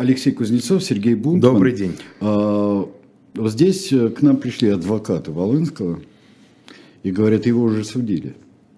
Алексей Кузнецов, Сергей Бунтман. Добрый день. Вот здесь к нам пришли адвокаты Волынского и говорят, его уже судили.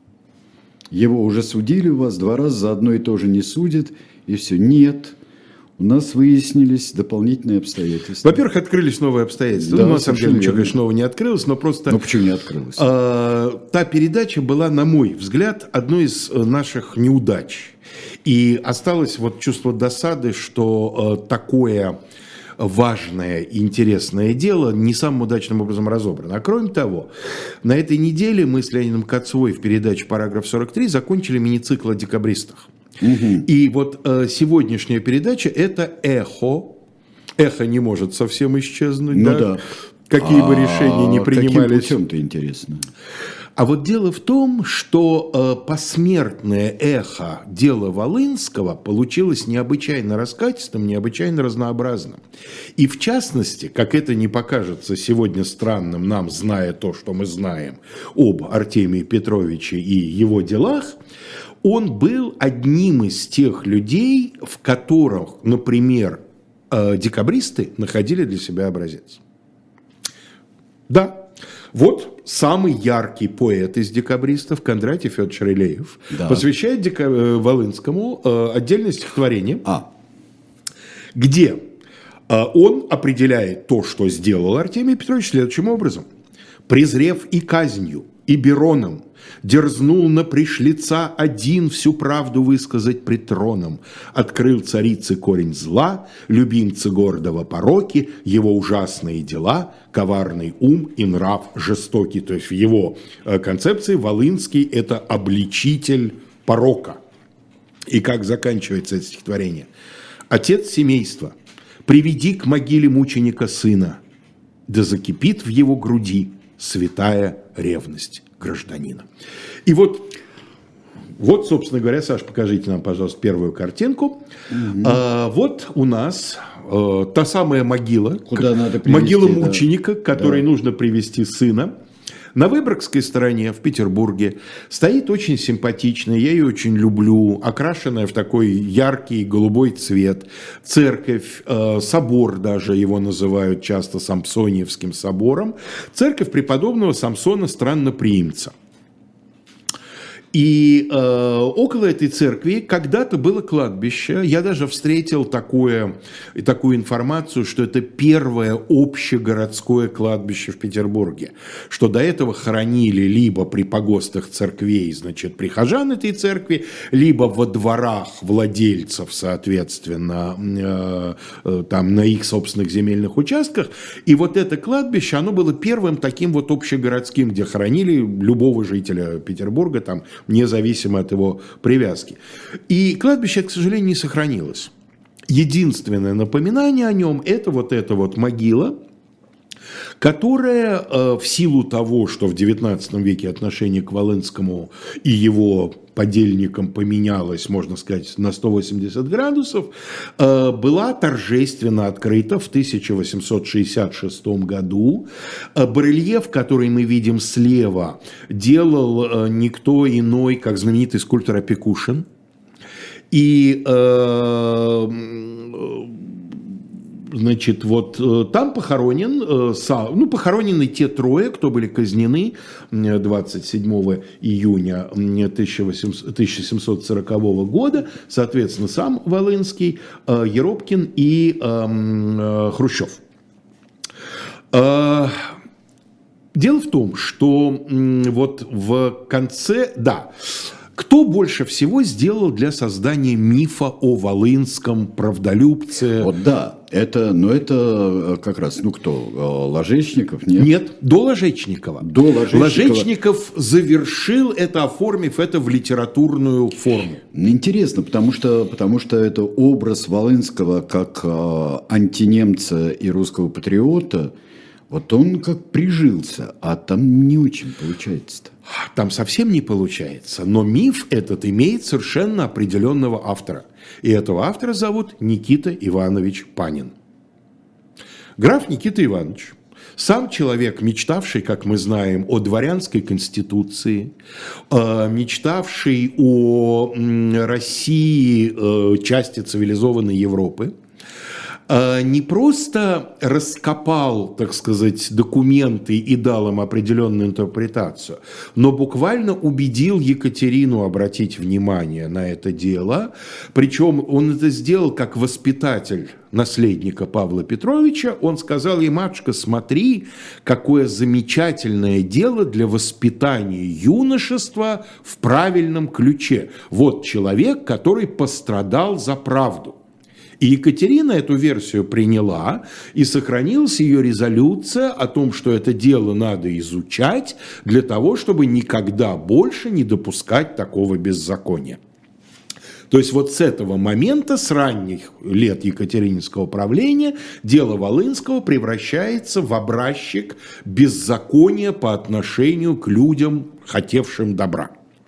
Его уже судили у вас 2 раза, за одно и то же не судят, и все. Нет. У нас выяснились дополнительные обстоятельства. Во-первых, открылись новые обстоятельства. Да, на самом деле ничего, конечно, нового не открылось, но просто... Ну, почему не открылось? Та передача была, на мой взгляд, одной из наших неудач. И осталось вот чувство досады, что такое важное и интересное дело не самым удачным образом разобрано. А кроме того, на этой неделе мы с Леонидом Кацвой в передаче «Параграф 43» закончили мини-цикл о декабристах. Угу. И вот сегодняшняя передача – это эхо. Эхо не может совсем исчезнуть. Ну да? Да. Какие бы решения ни принимались. Каким путем-то интересно? А вот дело в том, что посмертное эхо дела Волынского получилось необычайно раскатистым, необычайно разнообразным. И в частности, как это не покажется сегодня странным нам, зная то, что мы знаем об Артемии Петровиче и его делах, он был одним из тех людей, в которых, например, декабристы находили для себя образец. Да. Вот самый яркий поэт из декабристов, Кондратий Федорович Рылеев, посвящает Волынскому отдельное стихотворение, где он определяет то, что сделал Артемий Петрович, следующим образом. «Презрев и казнью, и Бероном, дерзнул на пришлица один всю правду высказать пред троном. Открыл царице корень зла, любимца гордого пороки, его ужасные дела, коварный ум и нрав жестокий». То есть в его концепции Волынский – это обличитель порока. И как заканчивается это стихотворение? «Отец семейства, приведи к могиле мученика сына, да закипит в его груди святая ревность гражданина». И вот, собственно говоря, Саш, покажите нам, пожалуйста, первую картинку. Вот у нас та самая могила, могила мученика, к которой нужно привести сына. На Выборгской стороне, в Петербурге, стоит очень симпатичная, я ее очень люблю, окрашенная в такой яркий голубой цвет, церковь, собор даже его называют часто Самсониевским собором, церковь преподобного Самсона Странноприимца. И около этой церкви когда-то было кладбище. Я даже встретил такую информацию, что это первое общегородское кладбище в Петербурге. Что до этого хоронили либо при погостах церквей, значит, прихожан этой церкви, либо во дворах владельцев, соответственно, там на их собственных земельных участках. И вот это кладбище, оно было первым таким вот общегородским, где хоронили любого жителя Петербурга, там, независимо от его привязки. И кладбище, к сожалению, не сохранилось. Единственное напоминание о нем – это вот эта вот могила, которая в силу того, что в XIX веке отношение к Волынскому и его подельникам поменялось, можно сказать, на 180 градусов, была торжественно открыта в 1866 году. Барельеф, который мы видим слева, делал никто иной, как знаменитый скульптор Опекушин. И значит, вот там похоронены те трое, кто были казнены 27 июня 1740 года, соответственно, сам Волынский, Еропкин и Хрущев. Дело в том, что вот в конце, кто больше всего сделал для создания мифа о Волынском правдолюбце? Вот да, это как раз, кто? Ложечников? Нет? Нет, до Ложечникова. Ложечников завершил это, оформив это в литературную форму. Интересно, потому что это образ Волынского как антинемца и русского патриота. Вот он как прижился, а там не очень получается-то. Там совсем не получается, но миф этот имеет совершенно определенного автора. И этого автора зовут Никита Иванович Панин. Граф Никита Иванович, сам человек, мечтавший, как мы знаем, о дворянской конституции, мечтавший о России, части цивилизованной Европы, не просто раскопал, так сказать, документы и дал им определенную интерпретацию, но буквально убедил Екатерину обратить внимание на это дело. Причем он это сделал как воспитатель наследника Павла Петровича. Он сказал ей: матушка, смотри, какое замечательное дело для воспитания юношества в правильном ключе. Вот человек, который пострадал за правду. И Екатерина эту версию приняла, и сохранилась ее резолюция о том, что это дело надо изучать для того, чтобы никогда больше не допускать такого беззакония. То есть вот с этого момента, с ранних лет екатерининского правления, дело Волынского превращается в образчик беззакония по отношению к людям, хотевшим добра.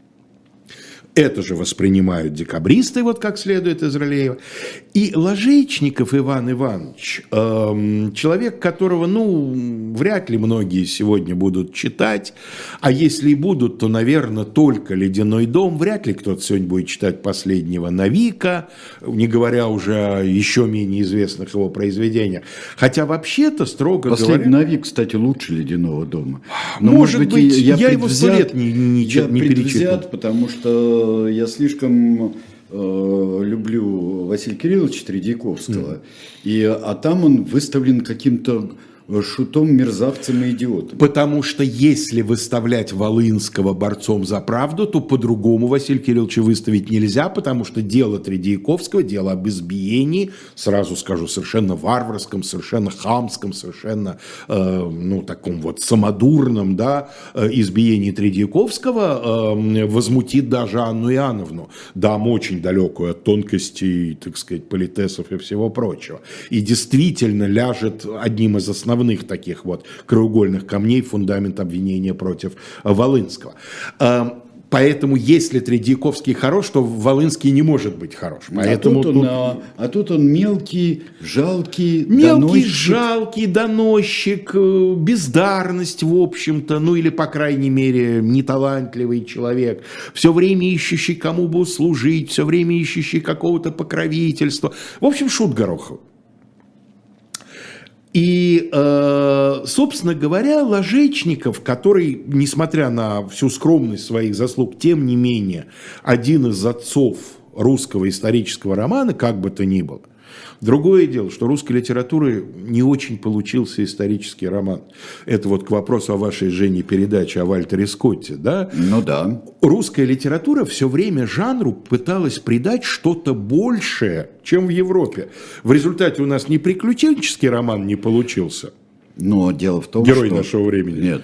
Это же воспринимают декабристы, вот как следует из Рылеева. И Ложечников Иван Иванович, человек, которого, вряд ли многие сегодня будут читать, а если и будут, то, наверное, только «Ледяной дом», вряд ли кто-то сегодня будет читать «Последнего Навика», не говоря уже о еще менее известных его произведениях. Хотя вообще-то, строго говоря... «Последний Навик», кстати, лучше «Ледяного дома». Но, может быть, я его 100 лет не перечитал. Потому что я слишком люблю Василия Кирилловича Тредьяковского, а там он выставлен каким-то шутом, мерзавцем и идиотом. Потому что если выставлять Волынского борцом за правду, то по-другому Василия Кирилловича выставить нельзя, потому что дело Тредьяковского, дело об избиении, сразу скажу, совершенно варварском, совершенно хамском, совершенно таком вот самодурном, избиении Тредьяковского возмутит даже Анну Иоанновну, дам очень далекую от тонкостей, так сказать, политесов и всего прочего. И действительно ляжет одним из основных таких вот краеугольных камней фундамент обвинения против Волынского. Поэтому, если Тредьяковский хорош, то Волынский не может быть хорош. Поэтому тут он мелкий, жалкий, доносчик, бездарность, в общем-то, или, по крайней мере, неталантливый человек, все время ищущий, кому бы услужить, все время ищущий какого-то покровительства. В общем, шут Горохов. И, собственно говоря, Ложечников, который, несмотря на всю скромность своих заслуг, тем не менее, один из отцов русского исторического романа, как бы то ни было. Другое дело, что русской литературы не очень получился исторический роман. Это вот к вопросу о вашей, Жене, передаче о Вальтере Скотте. Да? Ну да. Русская литература все время жанру пыталась придать что-то большее, чем в Европе. В результате у нас ни приключенческий роман не получился. Но дело в том, Герой нашего времени. Нет,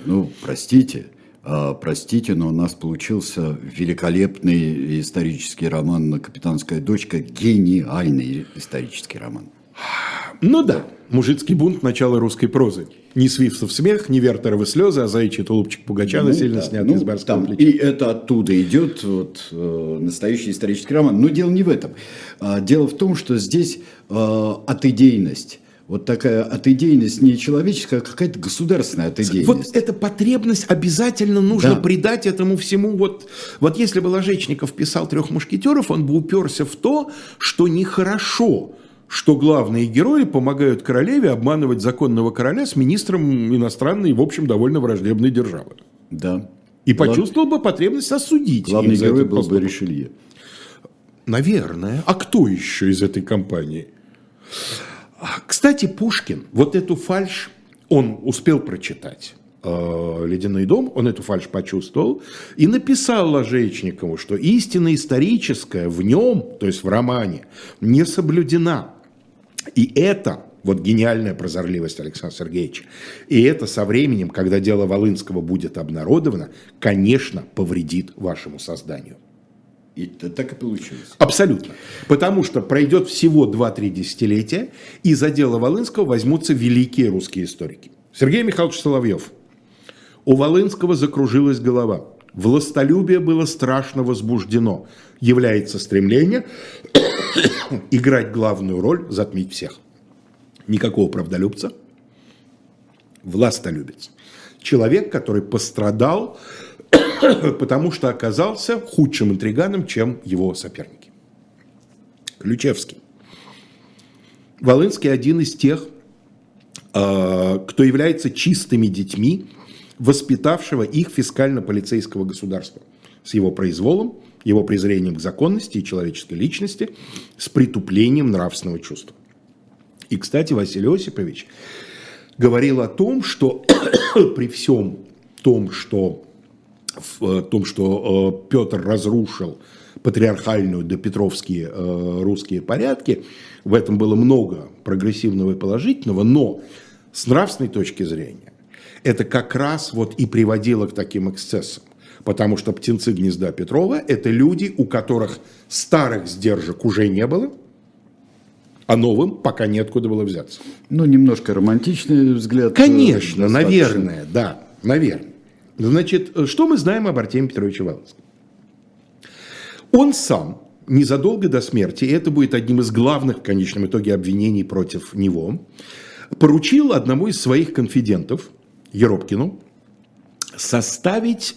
простите, но у нас получился великолепный исторический роман «Капитанская дочка», гениальный исторический роман. Ну да, «Мужицкий бунт», начало русской прозы. Ни Свифтов смех, ни Вертеровы слезы, а заячий тулупчик Пугача сильно снятый из барского плеча. И это оттуда идет настоящий исторический роман. Но дело не в этом. Дело в том, что здесь отидейность. Вот такая отидейность не человеческая, а какая-то государственная отидейность. Вот эта потребность обязательно нужно придать этому всему. Вот если бы Ложечников писал «Трех мушкетеров», он бы уперся в то, что нехорошо, что главные герои помогают королеве обманывать законного короля с министром иностранной, в общем, довольно враждебной державы. Да. И почувствовал бы потребность осудить. Главный герой был бы Ришелье. Наверное. А кто еще из этой компании? Кстати, Пушкин вот эту фальшь, он успел прочитать «Ледяной дом», он эту фальшь почувствовал и написал Ложечникову, что истина историческая в нем, то есть в романе, не соблюдена. И это, вот гениальная прозорливость Александра Сергеевича, и это со временем, когда дело Волынского будет обнародовано, конечно, повредит вашему созданию. И так и получилось. Абсолютно. Потому что пройдет всего 2-3 десятилетия, и за дело Волынского возьмутся великие русские историки. Сергей Михайлович Соловьев. У Волынского закружилась голова. Властолюбие было страшно возбуждено. Является стремление играть главную роль, затмить всех. Никакого правдолюбца. Властолюбец. Человек, который пострадал, потому что оказался худшим интриганом, чем его соперники. Ключевский. Волынский один из тех, кто является чистыми детьми, воспитавшего их фискально-полицейского государства с его произволом, его презрением к законности и человеческой личности, с притуплением нравственного чувства. И, кстати, Василий Осипович говорил о том, что при всем том, что Петр разрушил патриархальную допетровские русские порядки, в этом было много прогрессивного и положительного, но с нравственной точки зрения это как раз вот и приводило к таким эксцессам. Потому что птенцы гнезда Петрова – это люди, у которых старых сдержек уже не было, а новым пока неоткуда было взяться. Ну, немножко романтичный взгляд. Конечно, наверное, да, наверное. Значит, что мы знаем об Артемии Петровиче Волынском? Он сам незадолго до смерти, и это будет одним из главных в конечном итоге обвинений против него, поручил одному из своих конфидентов, Еропкину, составить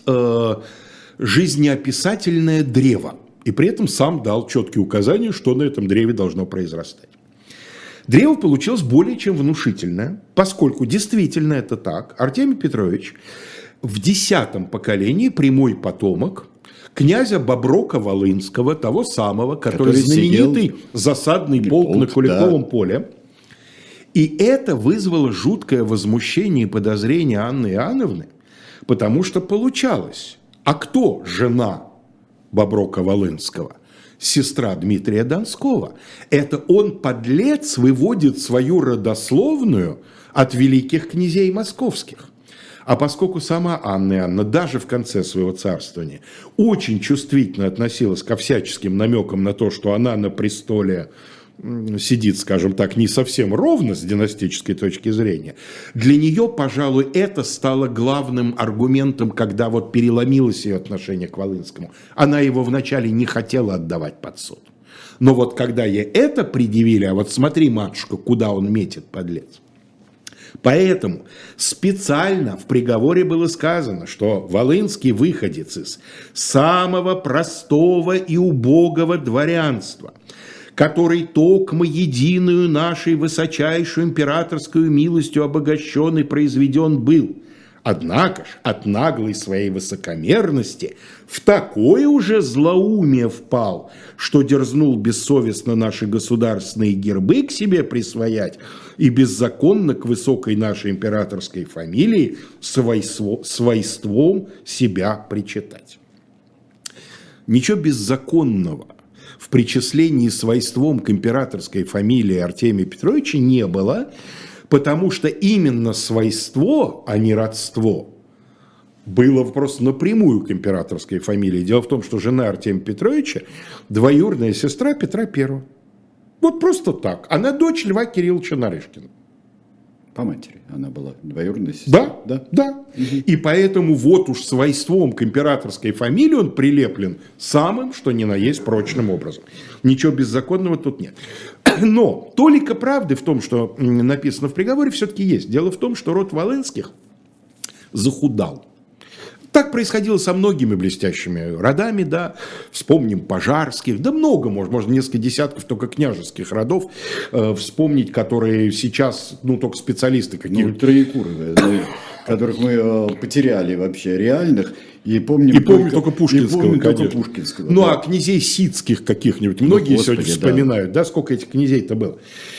жизнеописательное древо. И при этом сам дал четкие указания, что на этом древе должно произрастать. Древо получилось более чем внушительное, поскольку действительно это так. Артемий Петрович в 10-м поколении прямой потомок князя Боброка-Волынского, того самого, который знаменитый засадный полк на Куликовом поле. И это вызвало жуткое возмущение и подозрение Анны Иоанновны, потому что получалось, а кто жена Боброка-Волынского? Сестра Дмитрия Донского. Это он, подлец, выводит свою родословную от великих князей московских. А поскольку сама Анна Иоанновна даже в конце своего царствования очень чувствительно относилась ко всяческим намекам на то, что она на престоле сидит, скажем так, не совсем ровно с династической точки зрения, для нее, пожалуй, это стало главным аргументом, когда вот переломилось ее отношение к Волынскому. Она его вначале не хотела отдавать под суд. Но вот когда ей это предъявили, а вот смотри, матушка, куда он метит, подлец. Поэтому специально в приговоре было сказано, что Волынский выходец из самого простого и убогого дворянства, который токмо единую нашей высочайшую императорскую милостью обогащен и произведен был. Однако ж от наглой своей высокомерности в такое уже злоумие впал, что дерзнул бессовестно наши государственные гербы к себе присвоять и беззаконно к высокой нашей императорской фамилии свойством себя причитать. Ничего беззаконного в причислении свойством к императорской фамилии Артемия Петровича не было, потому что именно свойство, а не родство, было просто напрямую к императорской фамилии. Дело в том, что жена Артемия Петровича двоюродная сестра Петра I. Вот просто так. Она дочь Льва Кирилловича Нарышкина. По матери она была двоюродная сестра. Да. И поэтому вот уж свойством к императорской фамилии он прилеплен самым, что ни на есть, прочным образом. Ничего беззаконного тут нет. Но толика правды в том, что написано в приговоре, все-таки есть. Дело в том, что род Волынских захудал. Так происходило со многими блестящими родами, да, вспомним Пожарских, да много, можно несколько десятков только княжеских родов вспомнить, которые сейчас, ну, только специалисты какие-то. Ну, Троекуровые, которых мы потеряли вообще реальных, и помним только Пушкинского, конечно. Ну, да. А князей сицких каких-нибудь, многие сегодня вспоминают, да, сколько этих князей-то было.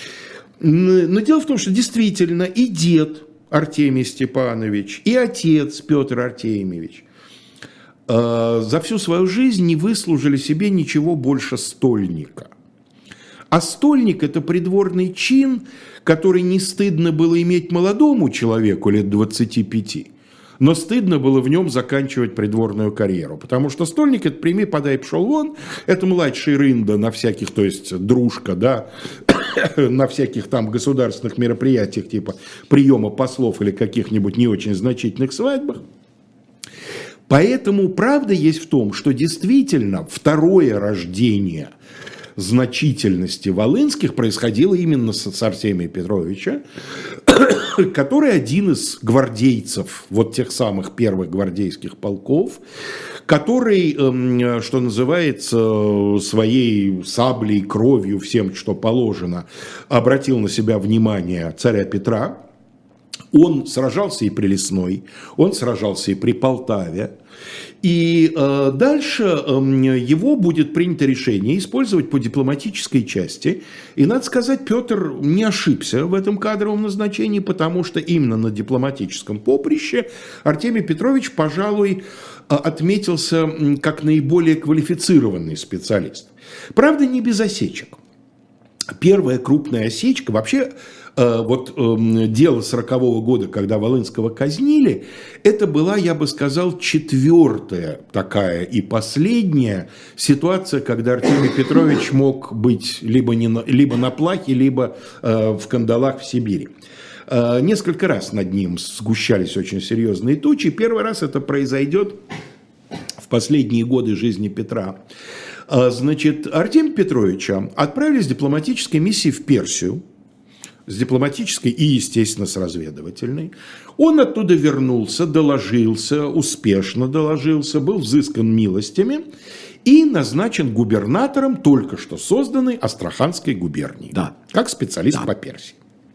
Но дело в том, что действительно и дед Артемий Степанович, и отец Петр Артемьевич за всю свою жизнь не выслужили себе ничего больше стольника. А стольник – это придворный чин, который не стыдно было иметь молодому человеку лет 25, но стыдно было в нем заканчивать придворную карьеру. Потому что стольник – это прими, подай, пшел вон, это младший рында на всяких, то есть дружка, да, на всяких там государственных мероприятиях типа приема послов или каких-нибудь не очень значительных свадьбах. Поэтому правда есть в том, что действительно второе рождение значительности Волынских происходило именно с Артемия Петровича, который один из гвардейцев, вот тех самых первых гвардейских полков, который, что называется, своей саблей, кровью, всем, что положено, обратил на себя внимание царя Петра. Он сражался и при Лесной, он сражался и при Полтаве. И дальше его будет принято решение использовать по дипломатической части. И, надо сказать, Петр не ошибся в этом кадровом назначении, потому что именно на дипломатическом поприще Артемий Петрович, пожалуй, отметился как наиболее квалифицированный специалист. Правда, не без осечек. Первая крупная осечка, вообще, вот дело 40-го года, когда Волынского казнили, это была, я бы сказал, четвертая такая и последняя ситуация, когда Артемий Петрович мог быть либо на плахе, либо в кандалах в Сибири. Несколько раз над ним сгущались очень серьезные тучи. Первый раз это произойдет в последние годы жизни Петра. Значит, Артемия Петровича отправили с дипломатической миссией в Персию, с дипломатической и, естественно, с разведывательной. Он оттуда вернулся, доложился, успешно доложился, был взыскан милостями и назначен губернатором только что созданной Астраханской губернии, да, как специалист по Персии.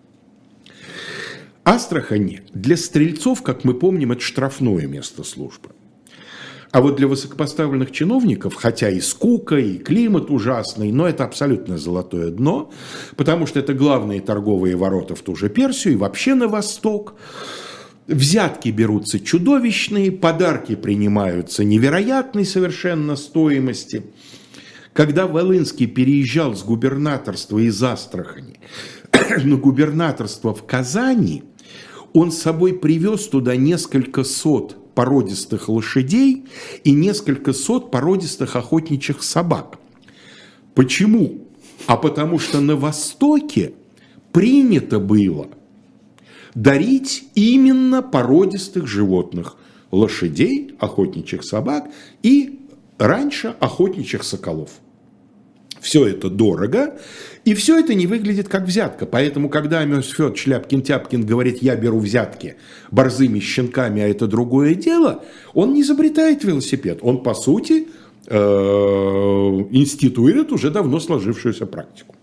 Астрахань для стрельцов, как мы помним, это штрафное место службы. А вот для высокопоставленных чиновников, хотя и скука, и климат ужасный, но это абсолютно золотое дно, потому что это главные торговые ворота в ту же Персию и вообще на восток. Взятки берутся чудовищные, подарки принимаются невероятной совершенно стоимости. Когда Волынский переезжал с губернаторства из Астрахани на губернаторство в Казани, он с собой привез туда несколько сот породистых лошадей и несколько сот породистых охотничьих собак. Почему? А потому что на Востоке принято было дарить именно породистых животных. Лошадей, охотничьих собак и раньше охотничьих соколов. Все это дорого, и все это не выглядит как взятка. Поэтому, когда Амос Федорович Ляпкин-Тяпкин говорит, я беру взятки борзыми щенками, а это другое дело, он не изобретает велосипед. Он, по сути, институирует уже давно сложившуюся практику.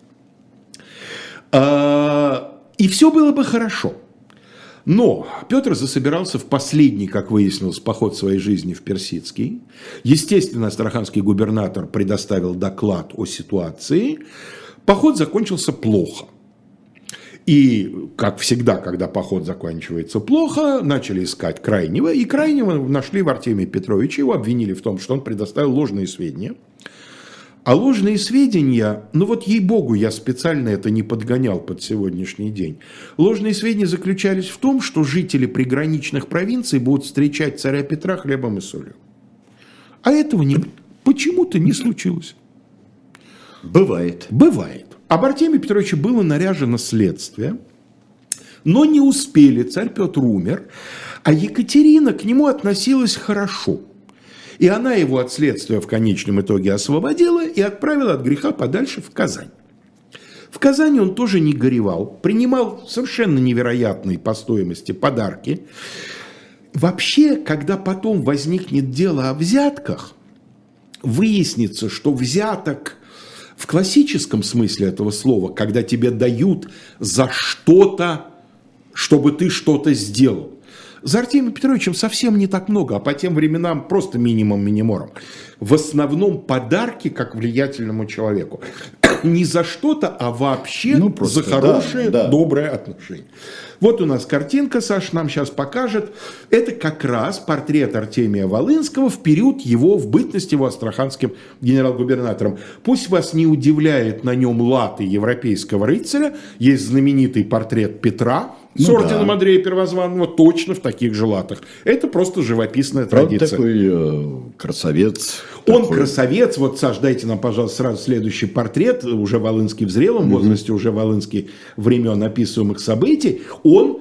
И все было бы хорошо. Но Петр засобирался в последний, как выяснилось, поход своей жизни в Персидский. Естественно, астраханский губернатор предоставил доклад о ситуации. Поход закончился плохо. И, как всегда, когда поход заканчивается плохо, начали искать крайнего. И крайнего нашли в Артемии Петровиче. Его обвинили в том, что он предоставил ложные сведения. А ложные сведения, ну вот ей-богу, я специально это не подгонял под сегодняшний день. Ложные сведения заключались в том, что жители приграничных провинций будут встречать царя Петра хлебом и солью. А этого почему-то не случилось. Бывает. Бывает. Об Артемии Петровиче было наряжено следствие, но не успели, царь Петр умер, а Екатерина к нему относилась хорошо. И она его от следствия в конечном итоге освободила и отправила от греха подальше в Казань. В Казани он тоже не горевал, принимал совершенно невероятные по стоимости подарки. Вообще, когда потом возникнет дело о взятках, выяснится, что взяток в классическом смысле этого слова, когда тебе дают за что-то, чтобы ты что-то сделал, за Артемием Петровичем совсем не так много, а по тем временам просто минимум минимором. В основном подарки как влиятельному человеку. Не за что-то, а вообще за хорошее, доброе отношение. Вот у нас картинка, Саша нам сейчас покажет. Это как раз портрет Артемия Волынского в период его, в бытность его астраханским генерал-губернатором. Пусть вас не удивляет на нем латы европейского рыцаря. Есть знаменитый портрет Петра с орденом Андрея Первозванного, точно в таких же латах. Это просто живописная традиция. Такой красавец. Он красавец. Вот, Саш, дайте нам, пожалуйста, сразу следующий портрет. Уже Волынский в зрелом возрасте, уже Волынский времен описываемых событий. Он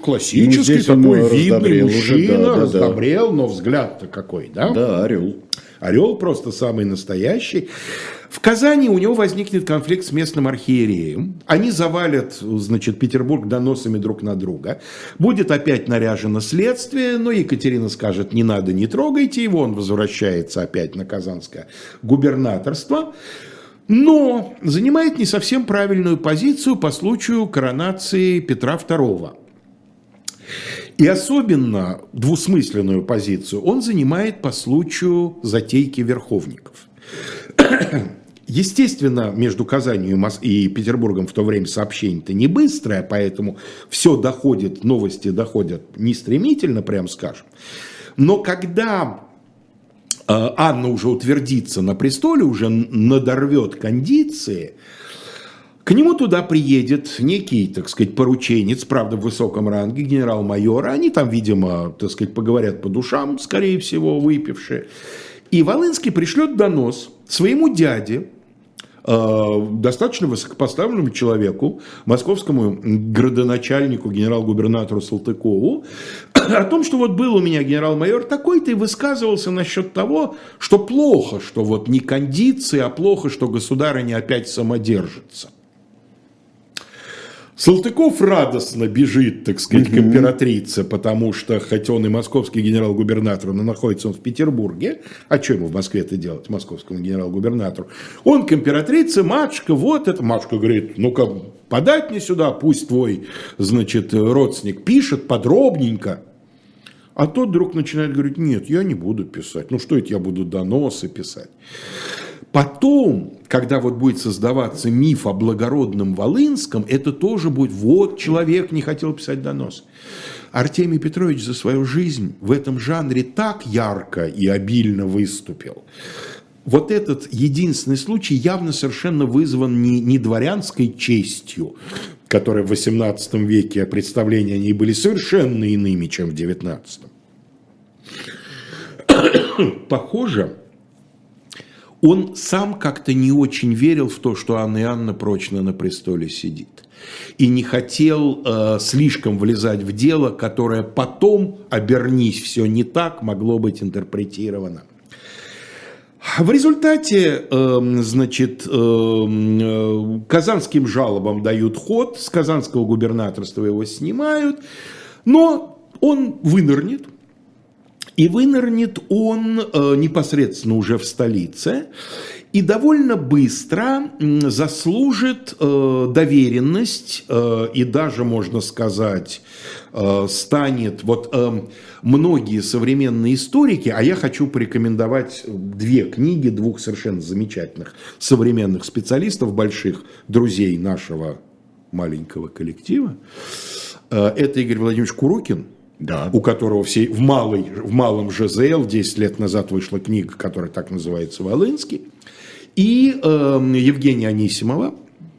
классический такой видный мужчина, раздобрел, но взгляд-то какой, да? Да, орел. Орел просто самый настоящий. В Казани у него возникнет конфликт с местным архиереем. Они завалят, значит, Петербург доносами друг на друга. Будет опять наряжено следствие, но Екатерина скажет, не надо, не трогайте его. Он возвращается опять на казанское губернаторство. Но занимает не совсем правильную позицию по случаю коронации Петра II. И особенно двусмысленную позицию он занимает по случаю затейки верховников. Естественно, между Казанью и Петербургом в то время сообщение-то не быстрое, поэтому все доходит, новости доходят не стремительно, прям скажем. Но когда Анна уже утвердится на престоле, уже надорвет кондиции, к нему туда приедет некий, так сказать, порученец, правда, в высоком ранге, генерал-майор. Они там, видимо, так сказать, поговорят по душам, скорее всего, выпившие. И Волынский пришлет донос своему дяде, достаточно высокопоставленному человеку, московскому градоначальнику, генерал-губернатору Салтыкову, о том, что вот был у меня генерал-майор такой-то и высказывался насчет того, что плохо, что вот не кондиции, а плохо, что государыня опять самодержится. Салтыков радостно бежит, так сказать, к императрице, потому что, хоть он и московский генерал-губернатор, но находится он в Петербурге, а что ему в Москве-то делать, московскому генерал-губернатору? Он к императрице, матушка, вот это, матушка говорит, ну-ка, подать мне сюда, пусть твой, значит, родственник пишет подробненько. А тот вдруг начинает говорить, нет, я не буду писать, ну что это я буду доносы писать? Потом, когда вот будет создаваться миф о благородном Волынском, это тоже будет, вот человек не хотел писать донос. Артемий Петрович за свою жизнь в этом жанре так ярко и обильно выступил. Вот этот единственный случай явно совершенно вызван не дворянской честью, которая в XVIII веке, представления о ней были совершенно иными, чем в XIX. Похоже, он сам как-то не очень верил в то, что Анна Иоанновна прочно на престоле сидит. И не хотел слишком влезать в дело, которое потом, обернись все не так, могло быть интерпретировано. В результате, значит, казанским жалобам дают ход, с казанского губернаторства его снимают, но он вынырнет. И вынырнет он непосредственно уже в столице и довольно быстро заслужит доверенность и даже, можно сказать, станет, вот многие современные историки, а я хочу порекомендовать две книги двух совершенно замечательных современных специалистов, больших друзей нашего маленького коллектива. Это Игорь Владимирович Курукин, да, у которого в малом ЖЗЛ 10 лет назад вышла книга, которая так называется «Волынский», и Евгения Анисимова,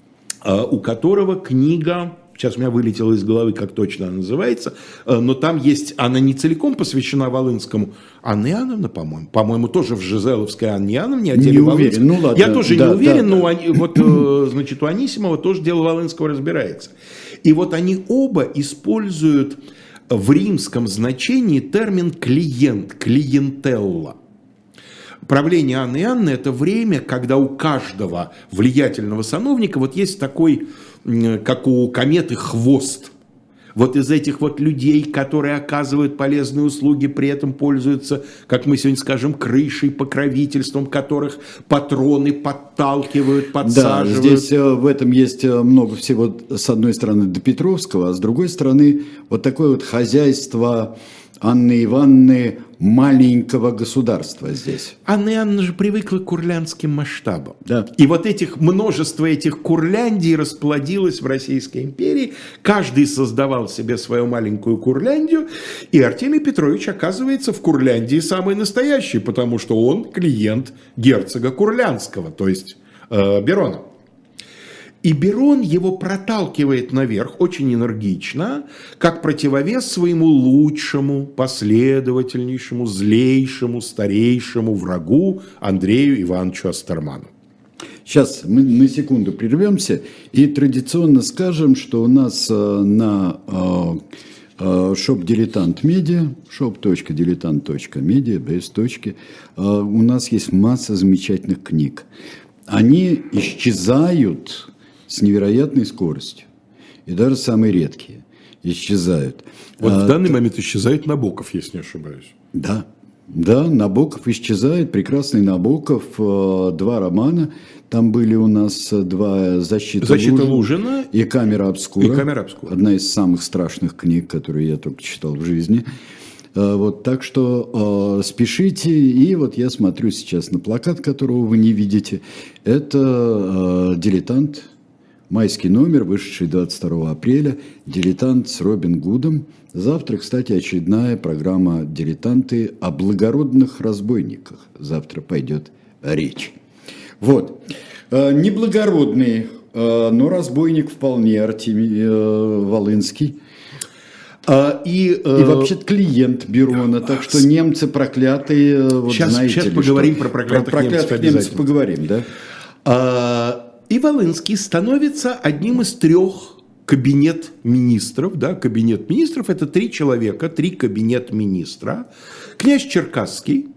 у которого книга, сейчас у меня вылетела из головы, как точно она называется, но там есть, она не целиком посвящена Волынскому, Анна Иоанновна, по-моему, тоже в ЖЗЛовской Анне Иоанновне, не уверен, ну ладно. Я тоже не уверен, но вот, значит, у Анисимова тоже дело Волынского разбирается. И вот они оба используют в римском значении термин «клиент», «клиентелла». Правление Анны Иоанновны – это время, когда у каждого влиятельного сановника вот есть такой, как у кометы, хвост. Вот из этих вот людей, которые оказывают полезные услуги, при этом пользуются, как мы сегодня скажем, крышей, покровительством, которых патроны подталкивают, подсаживают. Да, здесь в этом есть много всего, с одной стороны, до Петровского, а с другой стороны, вот такое вот хозяйство Анны Ивановны маленького государства здесь. Анна Иоанновна же привыкла к курляндским масштабам. Да. И вот множество этих Курляндий расплодилось в Российской империи. Каждый создавал себе свою маленькую Курляндию. И Артемий Петрович оказывается в Курляндии самый настоящий, потому что он клиент герцога Курляндского, то есть Берона. И Берон его проталкивает наверх очень энергично, как противовес своему лучшему, последовательнейшему, злейшему, старейшему врагу Андрею Ивановичу Астерману. Сейчас мы на секунду прервемся и традиционно скажем, что у нас на Shop.diletant.media, shop.diletant.media, без точки. У нас есть масса замечательных книг. Они исчезают с невероятной скоростью. И даже самые редкие исчезают. Вот в данный момент исчезает Набоков, если не ошибаюсь. Да, Набоков исчезает. Прекрасный Набоков. 2 романа. Там были у нас 2 «Защита Лужина» и «Камера обскура». Одна из самых страшных книг, которые я только читал в жизни. Вот, так что спешите. И вот я смотрю сейчас на плакат, которого вы не видите. Это «Дилетант». Майский номер, вышедший 22 апреля. «Дилетант» с Робин Гудом. Завтра, кстати, очередная программа «Дилетанты» о благородных разбойниках. Завтра пойдет речь. Вот. Неблагородный, но разбойник вполне, Артемий Волынский. И вообще-то клиент Берона. Так что немцы проклятые. Вот сейчас поговорим про проклятых немцев. Поговорим, да? И Волынский становится одним из 3 кабинет министров. Да? Кабинет министров – это 3 человека, 3 кабинет министра. Князь Черкасский.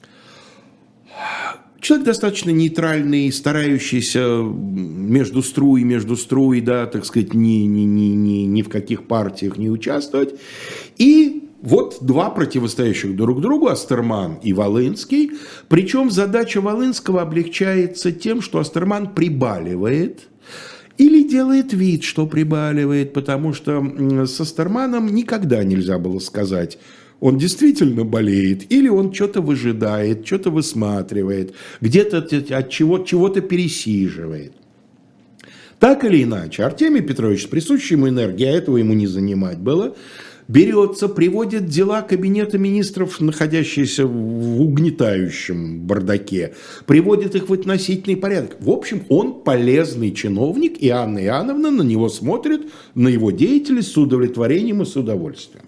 Человек достаточно нейтральный, старающийся между струй, да, так сказать, ни в каких партиях не участвовать. И вот 2 противостоящих друг другу, Астерман и Волынский. Причем задача Волынского облегчается тем, что Астерман прибаливает или делает вид, что прибаливает, потому что с Астерманом никогда нельзя было сказать, он действительно болеет, или он что-то выжидает, что-то высматривает, где-то от чего-то пересиживает. Так или иначе, Артемий Петрович, с присущей ему энергией, а этого ему не занимать было, берется, приводит дела кабинета министров, находящиеся в угнетающем бардаке, приводит их в относительный порядок. В общем, он полезный чиновник, и Анна Иоанновна на него смотрит, на его деятельность с удовлетворением и с удовольствием.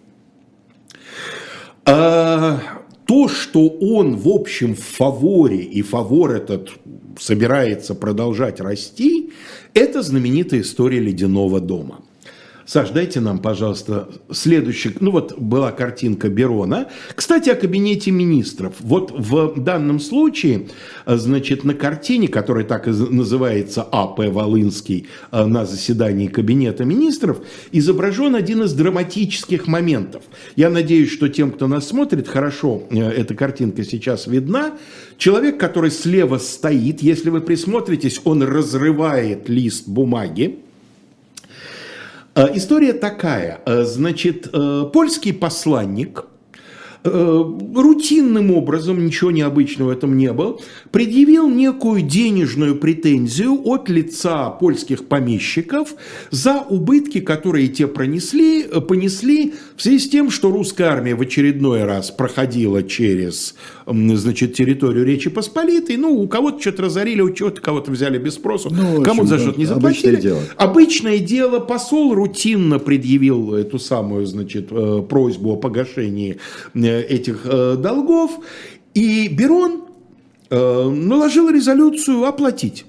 То, что он, в общем, в фаворе, и фавор этот собирается продолжать расти, это знаменитая история «Ледяного дома». Саш, дайте нам, пожалуйста, следующий. Ну вот была картинка Берона. Кстати, о кабинете министров. Вот в данном случае, значит, на картине, которая так и называется А.П. Волынский на заседании кабинета министров, изображен один из драматических моментов. Я надеюсь, что тем, кто нас смотрит, хорошо эта картинка сейчас видна. Человек, который слева стоит, если вы присмотритесь, он разрывает лист бумаги. История такая, значит, польский посланник рутинным образом, ничего необычного в этом не было, предъявил некую денежную претензию от лица польских помещиков за убытки, которые те понесли в связи с тем, что русская армия в очередной раз проходила через, значит, территорию Речи Посполитой. Ну, у кого-то что-то разорили, у кого-то взяли без спросу, кому-то за что-то не заплатили. Обычное дело. Посол рутинно предъявил эту самую, значит, просьбу о погашении этих долгов, и Берон наложил резолюцию оплатить.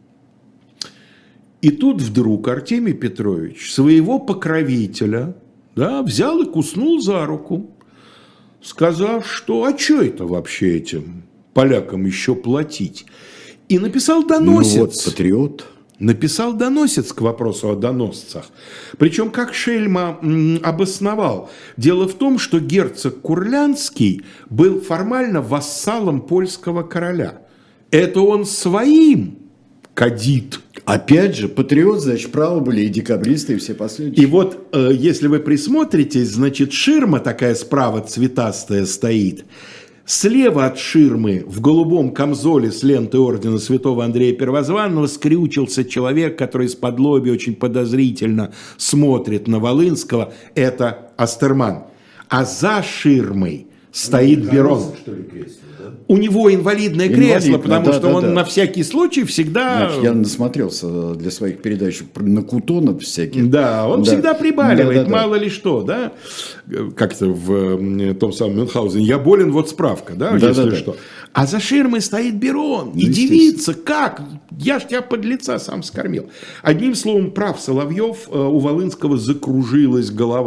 И тут вдруг Артемий Петрович своего покровителя, да, взял и куснул за руку, сказав, что а что это вообще этим полякам еще платить? И написал доносец. Ну вот, патриот. Написал доносец к вопросу о доносцах. Причем, как Шельма обосновал, дело в том, что герцог Курлянский был формально вассалом польского короля. Это он своим кадит. Опять же, патриот, значит, право были и декабристы, и все последующие. И вот, если вы присмотритесь, значит, ширма такая справа цветастая стоит. Слева от ширмы в голубом камзоле с лентой ордена святого Андрея Первозванного скрючился человек, который из-подлобья очень подозрительно смотрит на Волынского. Это Астерман. А за ширмой стоит Берон. У него инвалидное кресло, потому что он на всякий случай всегда... Значит, я насмотрелся для своих передач на кутонов всяких. Да, он всегда прибаливает, мало ли что, да? Как-то в том самом Мюнхгаузене. Я болен, вот справка, да, если что. А за ширмой стоит Берон. И дивится, как? Я ж тебя под лица сам скормил. Одним словом, прав Соловьев, у Волынского закружилась голова.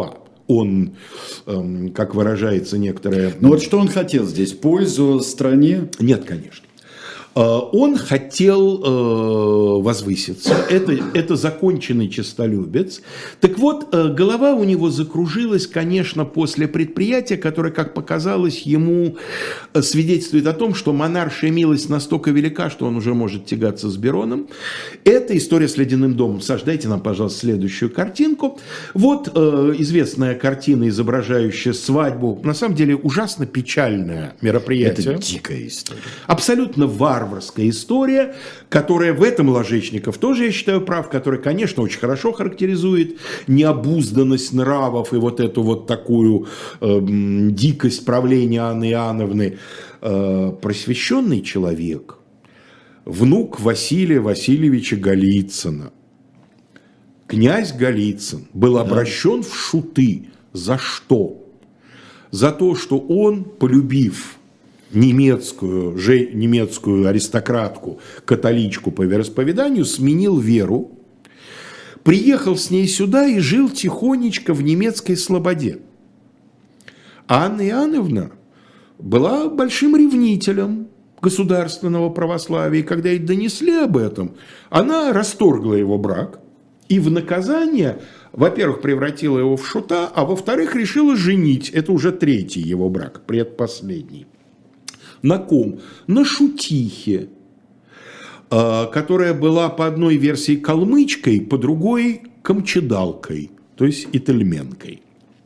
он, как выражается некоторое... Ну вот что он хотел здесь? Пользу стране? Нет, конечно. Он хотел возвыситься, это законченный честолюбец. Так вот, голова у него закружилась, конечно, после предприятия, которое, как показалось, ему свидетельствует о том, что монаршая милость настолько велика, что он уже может тягаться с Бероном. Это история с ледяным домом. Саш, дайте нам, пожалуйста, следующую картинку. Вот известная картина, изображающая свадьбу. На самом деле, ужасно печальное мероприятие. Это дикая история. Абсолютно варварская история, которая в этом Ложечников тоже, я считаю, прав, который, конечно, очень хорошо характеризует необузданность нравов и вот эту вот такую дикость правления Анны Иоанновны. Просвещенный человек, внук Василия Васильевича Голицына, князь Голицын, был обращен в шуты. За что? За то, что он, полюбив немецкую аристократку, католичку по вероисповеданию, сменил веру, приехал с ней сюда и жил тихонечко в немецкой слободе. А Анна Иоанновна была большим ревнителем государственного православия, и когда ей донесли об этом, она расторгла его брак и в наказание, во-первых, превратила его в шута, а во-вторых, решила женить, это уже третий его брак, предпоследний. На ком? На шутихе, которая была по одной версии калмычкой, по другой камчедалкой, то есть ительменкой.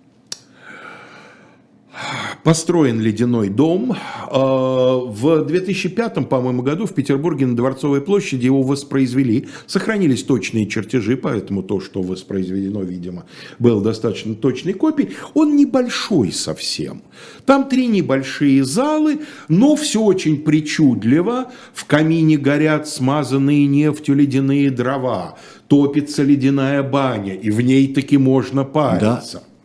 Построен ледяной дом. В 2005, по-моему, году в Петербурге на Дворцовой площади его воспроизвели. Сохранились точные чертежи, поэтому то, что воспроизведено, видимо, было достаточно точной копией. Он небольшой совсем. Там 3 небольшие залы, но все очень причудливо. В камине горят смазанные нефтью ледяные дрова. Топится ледяная баня, и в ней таки можно париться. Да.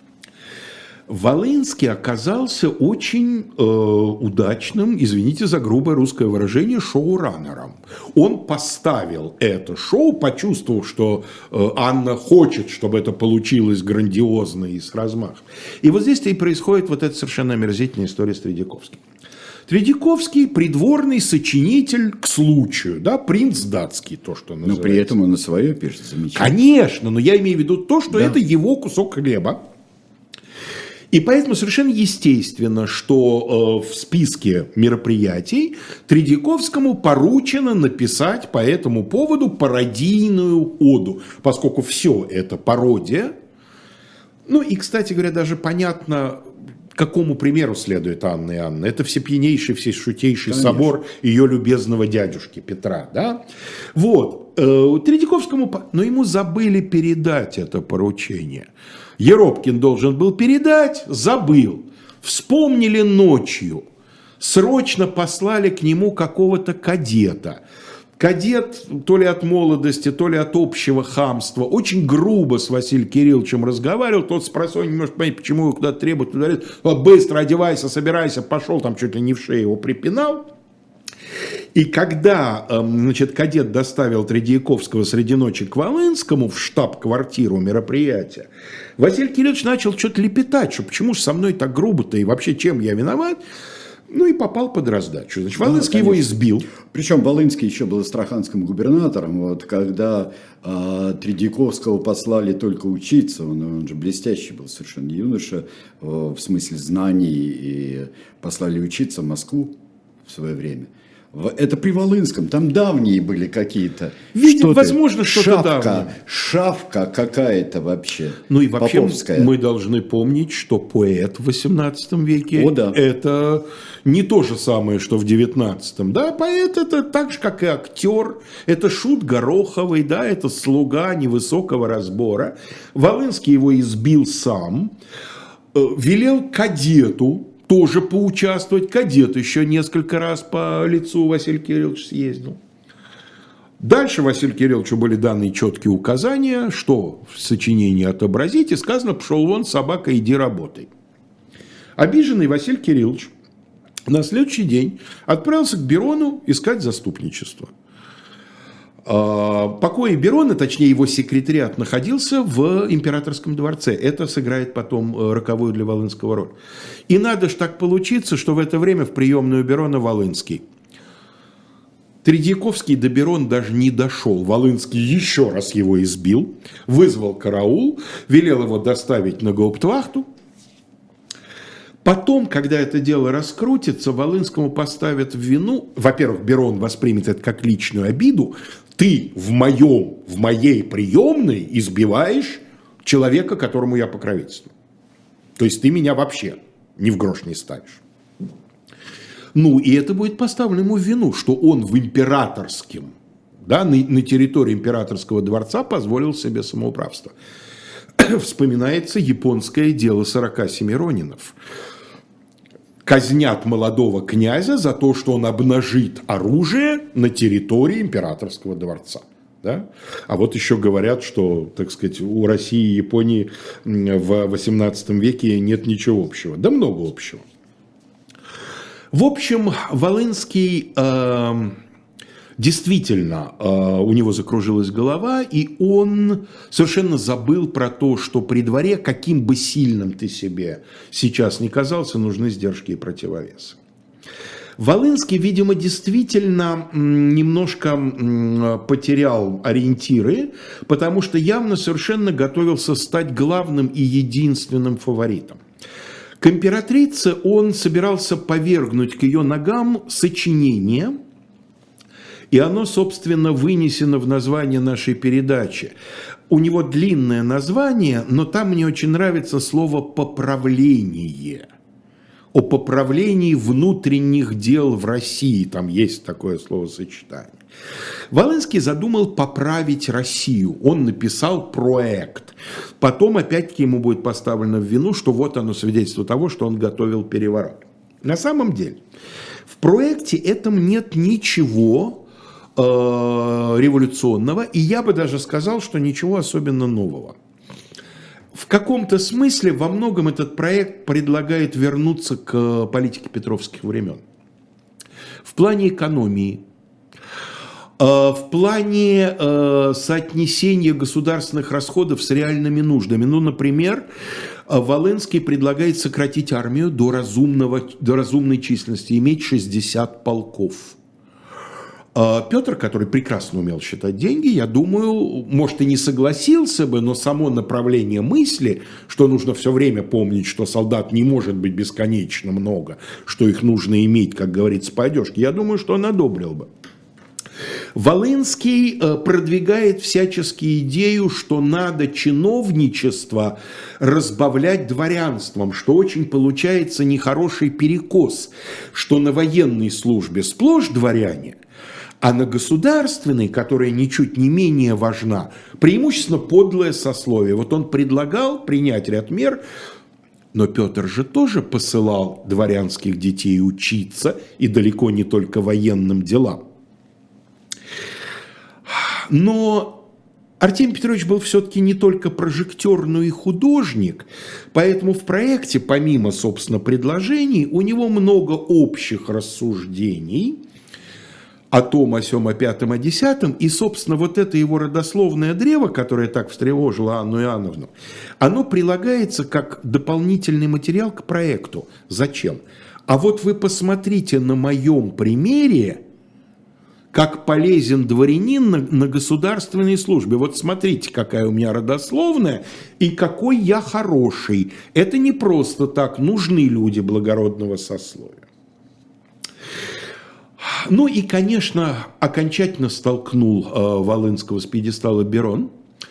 Волынский оказался очень удачным, извините за грубое русское выражение, шоураннером. Он поставил это шоу, почувствовав, что Анна хочет, чтобы это получилось грандиозно и с размахом. И вот здесь-то и происходит вот эта совершенно омерзительная история с Тредяковским. Тредяковский – придворный сочинитель к случаю, да, принц датский, то, что называется. Но при этом он и свое пишет замечательно. Конечно, но я имею в виду то, что это его кусок хлеба. И поэтому совершенно естественно, что в списке мероприятий Тредяковскому поручено написать по этому поводу пародийную оду, поскольку все это пародия. Ну и, кстати говоря, даже понятно, какому примеру следует Анна Иоанновна. Это всепьянейший, всешутейший собор ее любезного дядюшки Петра. Да? Вот. Тредяковскому, но ему забыли передать это поручение. Еропкин должен был передать, забыл. Вспомнили ночью. Срочно послали к нему какого-то кадета. Кадет, то ли от молодости, то ли от общего хамства, очень грубо с Василием Кирилловичем разговаривал. Тот спросонья не может понять, почему его куда-то требуют. Быстро одевайся, собирайся, пошел, там чуть ли не в шею его припинал. И когда, значит, кадет доставил Тредяковского среди ночи к Волынскому в штаб-квартиру мероприятия, Василий Кириллович начал что-то лепетать, что почему же со мной так грубо-то и вообще чем я виноват, ну и попал под раздачу. Значит, Волынский его избил. Причем Волынский еще был астраханским губернатором, вот, когда Тредяковского послали только учиться, он же блестящий был совершенно юноша, в смысле знаний, и послали учиться в Москву в свое время. Это при Волынском, там давние были какие-то. Видимо, возможно, что-то давнее. Шавка какая-то вообще. Ну и вообще поповская. Мы должны помнить, что поэт в XVIII веке это не то же самое, что в XIX. Да, поэт это так же, как и актер. Это шут Гороховый, да, это слуга невысокого разбора. Волынский его избил сам, велел кадету тоже поучаствовать. Кадет еще несколько раз по лицу Василия Кирилловича съездил. Дальше Василию Кирилловичу были даны четкие указания, что в сочинении отобразить, и сказано: пошел вон, собака, иди работай. Обиженный Василий Кириллович на следующий день отправился к Берону искать заступничество. Покои Берона, точнее его секретариат, находился в императорском дворце. Это сыграет потом роковую для Волынского роль. И надо ж так получиться, что в это время в приемную Берона Волынский. Тредьяковский до Берон даже не дошел. Волынский еще раз его избил, вызвал караул, велел его доставить на гауптвахту. Потом, когда это дело раскрутится, Волынскому поставят в вину, во-первых, Берон воспримет это как личную обиду, ты в моей приемной избиваешь человека, которому я покровительствую. То есть ты меня вообще ни в грош не ставишь. Ну, и это будет поставлено ему в вину, что он в императорском, да, на территории императорского дворца позволил себе самоуправство. Вспоминается японское дело 47 ронинов. Казнят молодого князя за то, что он обнажит оружие на территории императорского дворца. Да? А вот еще говорят, что, так сказать, у России и Японии в XVIII веке нет ничего общего. Да много общего. В общем, Волынский действительно, у него закружилась голова, и он совершенно забыл про то, что при дворе, каким бы сильным ты себе сейчас ни казался, нужны сдержки и противовесы. Волынский, видимо, действительно немножко потерял ориентиры, потому что явно совершенно готовился стать главным и единственным фаворитом. К императрице он собирался повергнуть к ее ногам сочинение, и оно, собственно, вынесено в название нашей передачи. У него длинное название, но там мне очень нравится слово «поправление». О поправлении внутренних дел в России, там есть такое словосочетание. Волынский задумал поправить Россию, он написал проект. Потом опять-таки ему будет поставлено в вину, что вот оно свидетельство того, что он готовил переворот. На самом деле, в проекте этом нет ничего революционного, и я бы даже сказал, что ничего особенно нового. В каком-то смысле во многом этот проект предлагает вернуться к политике петровских времен. В плане экономии, в плане соотнесения государственных расходов с реальными нуждами. Ну, например, Волынский предлагает сократить армию до разумной численности, иметь 60 полков. Петр, который прекрасно умел считать деньги, я думаю, может и не согласился бы, но само направление мысли, что нужно все время помнить, что солдат не может быть бесконечно много, что их нужно иметь, как говорится, по одежке, я думаю, что он одобрил бы. Волынский продвигает всячески идею, что надо чиновничество разбавлять дворянством, что очень получается нехороший перекос, что на военной службе сплошь дворяне, а на государственной, которая ничуть не менее важна, преимущественно подлое сословие. Вот он предлагал принять ряд мер, но Петр же тоже посылал дворянских детей учиться, и далеко не только военным делам. Но Артемий Петрович был все-таки не только прожектор, но и художник, поэтому в проекте, помимо, собственно, предложений, у него много общих рассуждений о том, о сём, о пятом, о десятом, и, собственно, вот это его родословное древо, которое так встревожило Анну Иоанновну, оно прилагается как дополнительный материал к проекту. Зачем? А вот вы посмотрите на моем примере, как полезен дворянин на государственной службе. Вот смотрите, какая у меня родословная и какой я хороший. Это не просто так, нужны люди благородного сословия. Ну и, конечно, окончательно столкнул Волынского с пьедестала Берон.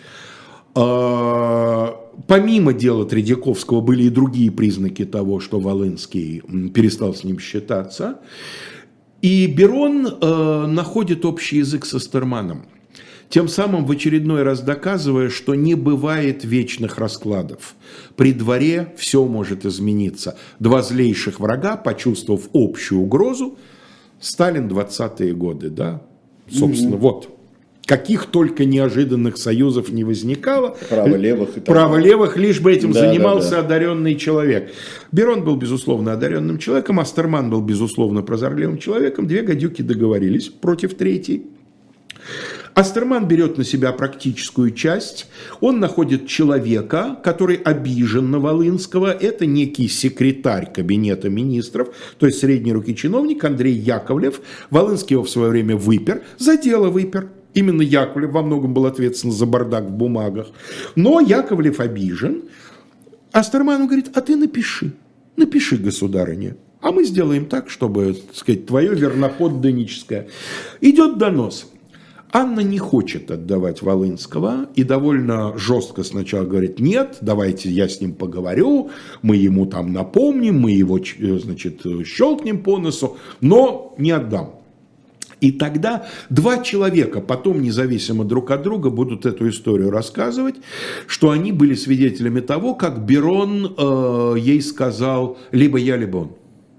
Помимо дела Тредьяковского были и другие признаки того, что Волынский перестал с ним считаться. И Берон находит общий язык со Стерманом, тем самым в очередной раз доказывая, что не бывает вечных раскладов. При дворе все может измениться. Два злейших врага, почувствовав общую угрозу, Сталин 20-е годы, да, собственно, вот. Каких только неожиданных союзов не возникало. Право-левых, лишь бы этим занимался одаренный человек. Берон был, безусловно, одаренным человеком, а Стерман был, безусловно, прозорливым человеком. Две гадюки договорились против третьей. Астерман берет на себя практическую часть, он находит человека, который обижен на Волынского, это некий секретарь кабинета министров, то есть средней руки чиновник Андрей Яковлев. Волынский его в свое время выпер, за дело выпер. Именно Яковлев во многом был ответственен за бардак в бумагах. Но Яковлев обижен. Астерману говорит: а ты напиши, государыне. А мы сделаем так, чтобы, так сказать, твое верноподданническое. Идет донос. Анна не хочет отдавать Волынского и довольно жестко сначала говорит: нет, давайте я с ним поговорю, мы ему там напомним, мы его, значит, щелкнем по носу, но не отдам. И тогда два человека потом, независимо друг от друга, будут эту историю рассказывать, что они были свидетелями того, как Берон ей сказал: либо я, либо он.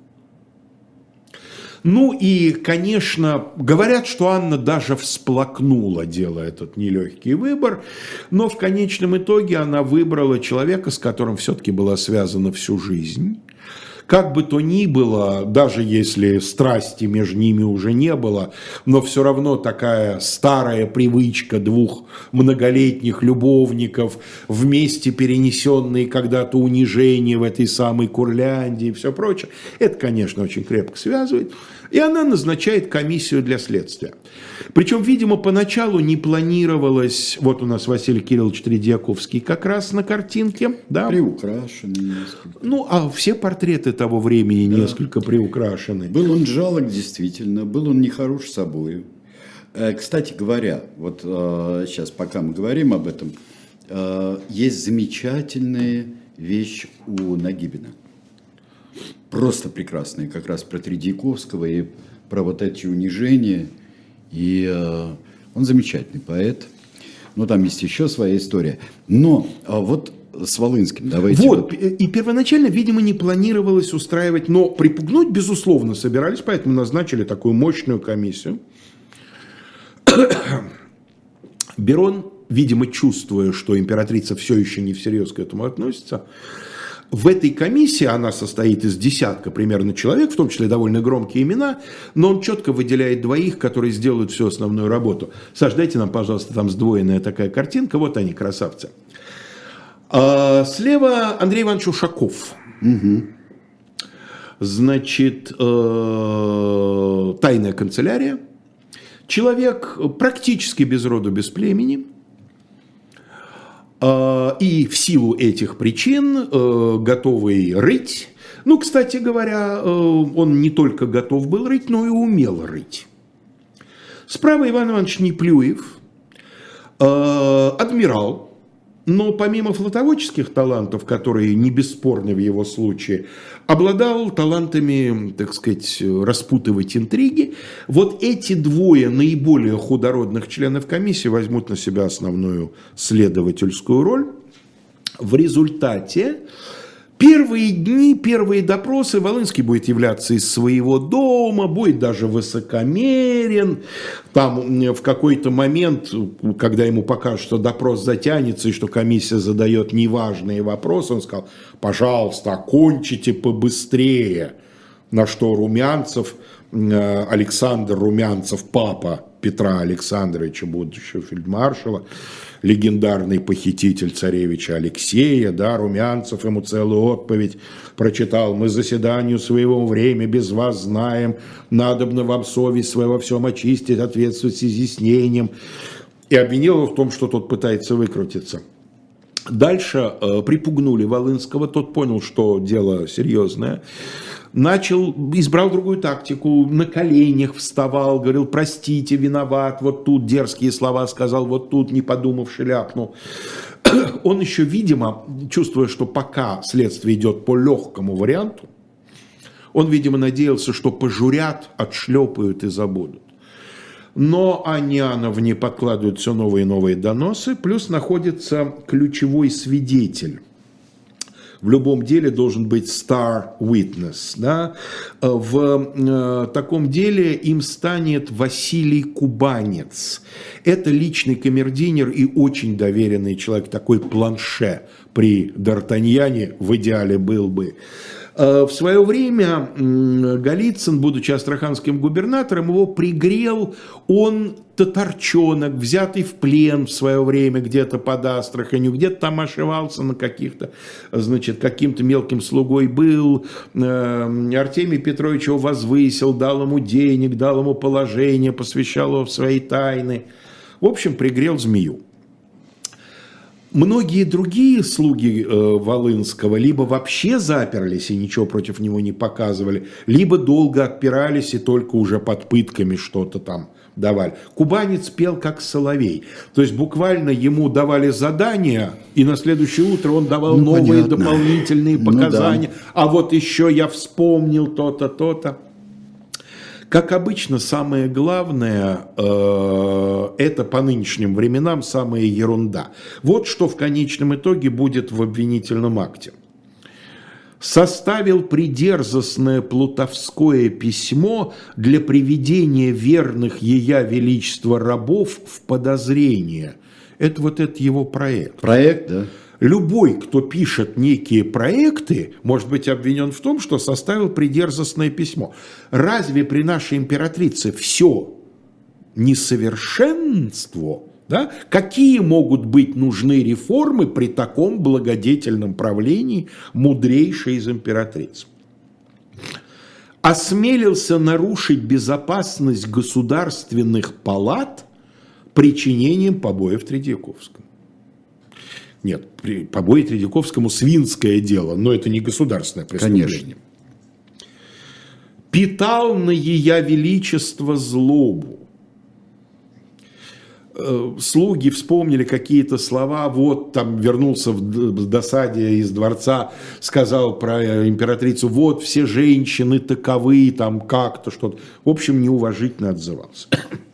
Ну и, конечно, говорят, что Анна даже всплакнула, делая этот нелегкий выбор, но в конечном итоге она выбрала человека, с которым все-таки была связана всю жизнь. Как бы то ни было, даже если страсти между ними уже не было, но все равно такая старая привычка двух многолетних любовников, вместе перенесенные когда-то унижения в этой самой Курляндии и все прочее, это, конечно, очень крепко связывает. И она назначает комиссию для следствия. Причем, видимо, поначалу не планировалось, вот у нас Василий Кириллович Тредьяковский как раз на картинке. Да? Приукрашенный несколько. Ну, а все портреты того времени несколько приукрашены. Был он жалок, действительно, был он нехорош собою. Кстати говоря, вот сейчас, пока мы говорим об этом, есть замечательная вещь у Нагибина. Просто прекрасная, как раз про Тредьяковского и про вот эти унижения. И он замечательный поэт. Но там есть еще своя история. Но вот с Волынским давайте. Вот, и первоначально, видимо, не планировалось устраивать, но припугнуть, безусловно, собирались, поэтому назначили такую мощную комиссию. Берон, видимо, чувствуя, что императрица все еще не всерьез к этому относится, в этой комиссии, она состоит из десятка примерно человек, в том числе довольно громкие имена, но он четко выделяет двоих, которые сделают всю основную работу. Саш, дайте нам, пожалуйста, там сдвоенная такая картинка, вот они, красавцы. Слева Андрей Иванович Ушаков. Угу. Значит, тайная канцелярия. Человек практически без роду, без племени. И в силу этих причин готовый рыть. Ну, кстати говоря, он не только готов был рыть, но и умел рыть. Справа Иван Иванович Неплюев, адмирал. Но помимо флотоводческих талантов, которые не бесспорны в его случае, обладал талантами, так сказать, распутывать интриги. Вот эти двое наиболее худородных членов комиссии возьмут на себя основную следовательскую роль. В результате первые дни, первые допросы Волынский будет являться из своего дома, будет даже высокомерен. Там в какой-то момент, когда ему покажут, что допрос затянется и что комиссия задает неважные вопросы, он сказал: пожалуйста, окончите побыстрее. На что Румянцев, Александр Румянцев, папа Петра Александровича, будущего фельдмаршала, легендарный похититель царевича Алексея, да, Румянцев ему целую отповедь прочитал: мы заседанию своего время без вас знаем, надобно вам совесть свою во всем очистить, ответствовать с изъяснением. И обвинил его в том, что тот пытается выкрутиться. Дальше припугнули Волынского, тот понял, что дело серьезное. Избрал другую тактику, на коленях вставал, говорил: простите, виноват, вот тут дерзкие слова сказал, вот тут, не подумавши, ляпнул. Он еще, видимо, чувствуя, что пока следствие идет по легкому варианту, он, видимо, надеялся, что пожурят, отшлепают и забудут. Но они Ановне подкладывают все новые и новые доносы, плюс находится ключевой свидетель. В любом деле должен быть star witness. Да? В таком деле им станет Василий Кубанец. Это личный камердинер и очень доверенный человек, такой Планше при Д'Артаньяне в идеале был бы. В свое время Голицын, будучи астраханским губернатором, его пригрел, он татарчонок, взятый в плен в свое время где-то под Астраханью, где-то там ошивался на каких-то, значит, каким-то мелким слугой был. Артемий Петрович его возвысил, дал ему денег, дал ему положение, посвящал его в свои тайны. В общем, пригрел змею. Многие другие слуги Волынского либо вообще заперлись и ничего против него не показывали, либо долго отпирались и только уже под пытками что-то там давали. Кубанец пел как соловей. То есть буквально ему давали задания, и на следующее утро он давал новые дополнительные показания. Да. А вот еще я вспомнил то-то, то-то. Как обычно, самое главное, это по нынешним временам самая ерунда. Вот что в конечном итоге будет в обвинительном акте. Составил придерзостное плутовское письмо для приведения верных ея величества рабов в подозрение. Это вот этот его проект. Проект, да. Любой, кто пишет некие проекты, может быть обвинен в том, что составил придерзостное письмо. Разве при нашей императрице все несовершенство? Да? Какие могут быть нужны реформы при таком благодетельном правлении мудрейшей из императриц? Осмелился нарушить безопасность государственных палат причинением побоев Тредьяковскому. Нет, побои Тредьяковскому свинское дело, но это не государственное преступление. Конечно. Питал на ея величество злобу. Слуги вспомнили какие-то слова, вот там вернулся в досаде из дворца, сказал про императрицу, вот все женщины таковы, там как-то что-то. В общем, неуважительно отзывался.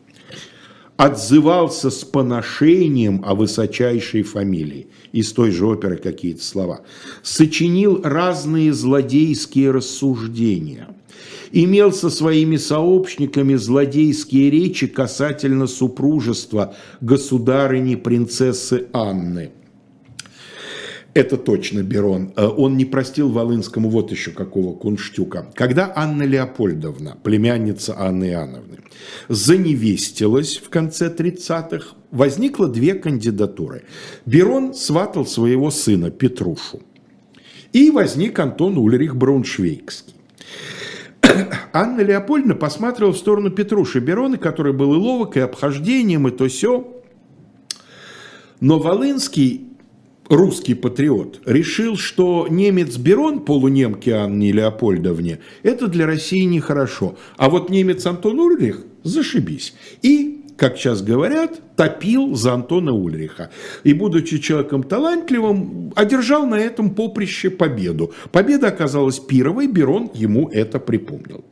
Отзывался с поношением о высочайшей фамилии. Из той же оперы какие-то слова. Сочинил разные злодейские рассуждения. Имел со своими сообщниками злодейские речи касательно супружества государыни принцессы Анны. Это точно Берон. Он не простил Волынскому вот еще какого кунштюка. Когда Анна Леопольдовна, племянница Анны Иоанновны, заневестилась в конце 30-х, возникло две кандидатуры. Берон сватал своего сына Петрушу. И возник Антон Ульрих Брауншвейгский. Анна Леопольдовна посматривала в сторону Петруши Берона, который был и ловок, и обхождением, и то сё. Но Волынский, русский патриот, решил, что немец Берон, полунемки Анне Леопольдовне, это для России нехорошо. А вот немец Антон Ульрих зашибись. И, как сейчас говорят, топил за Антона Ульриха. И, будучи человеком талантливым, одержал на этом поприще победу. Победа оказалась пировой, Берон ему это припомнил.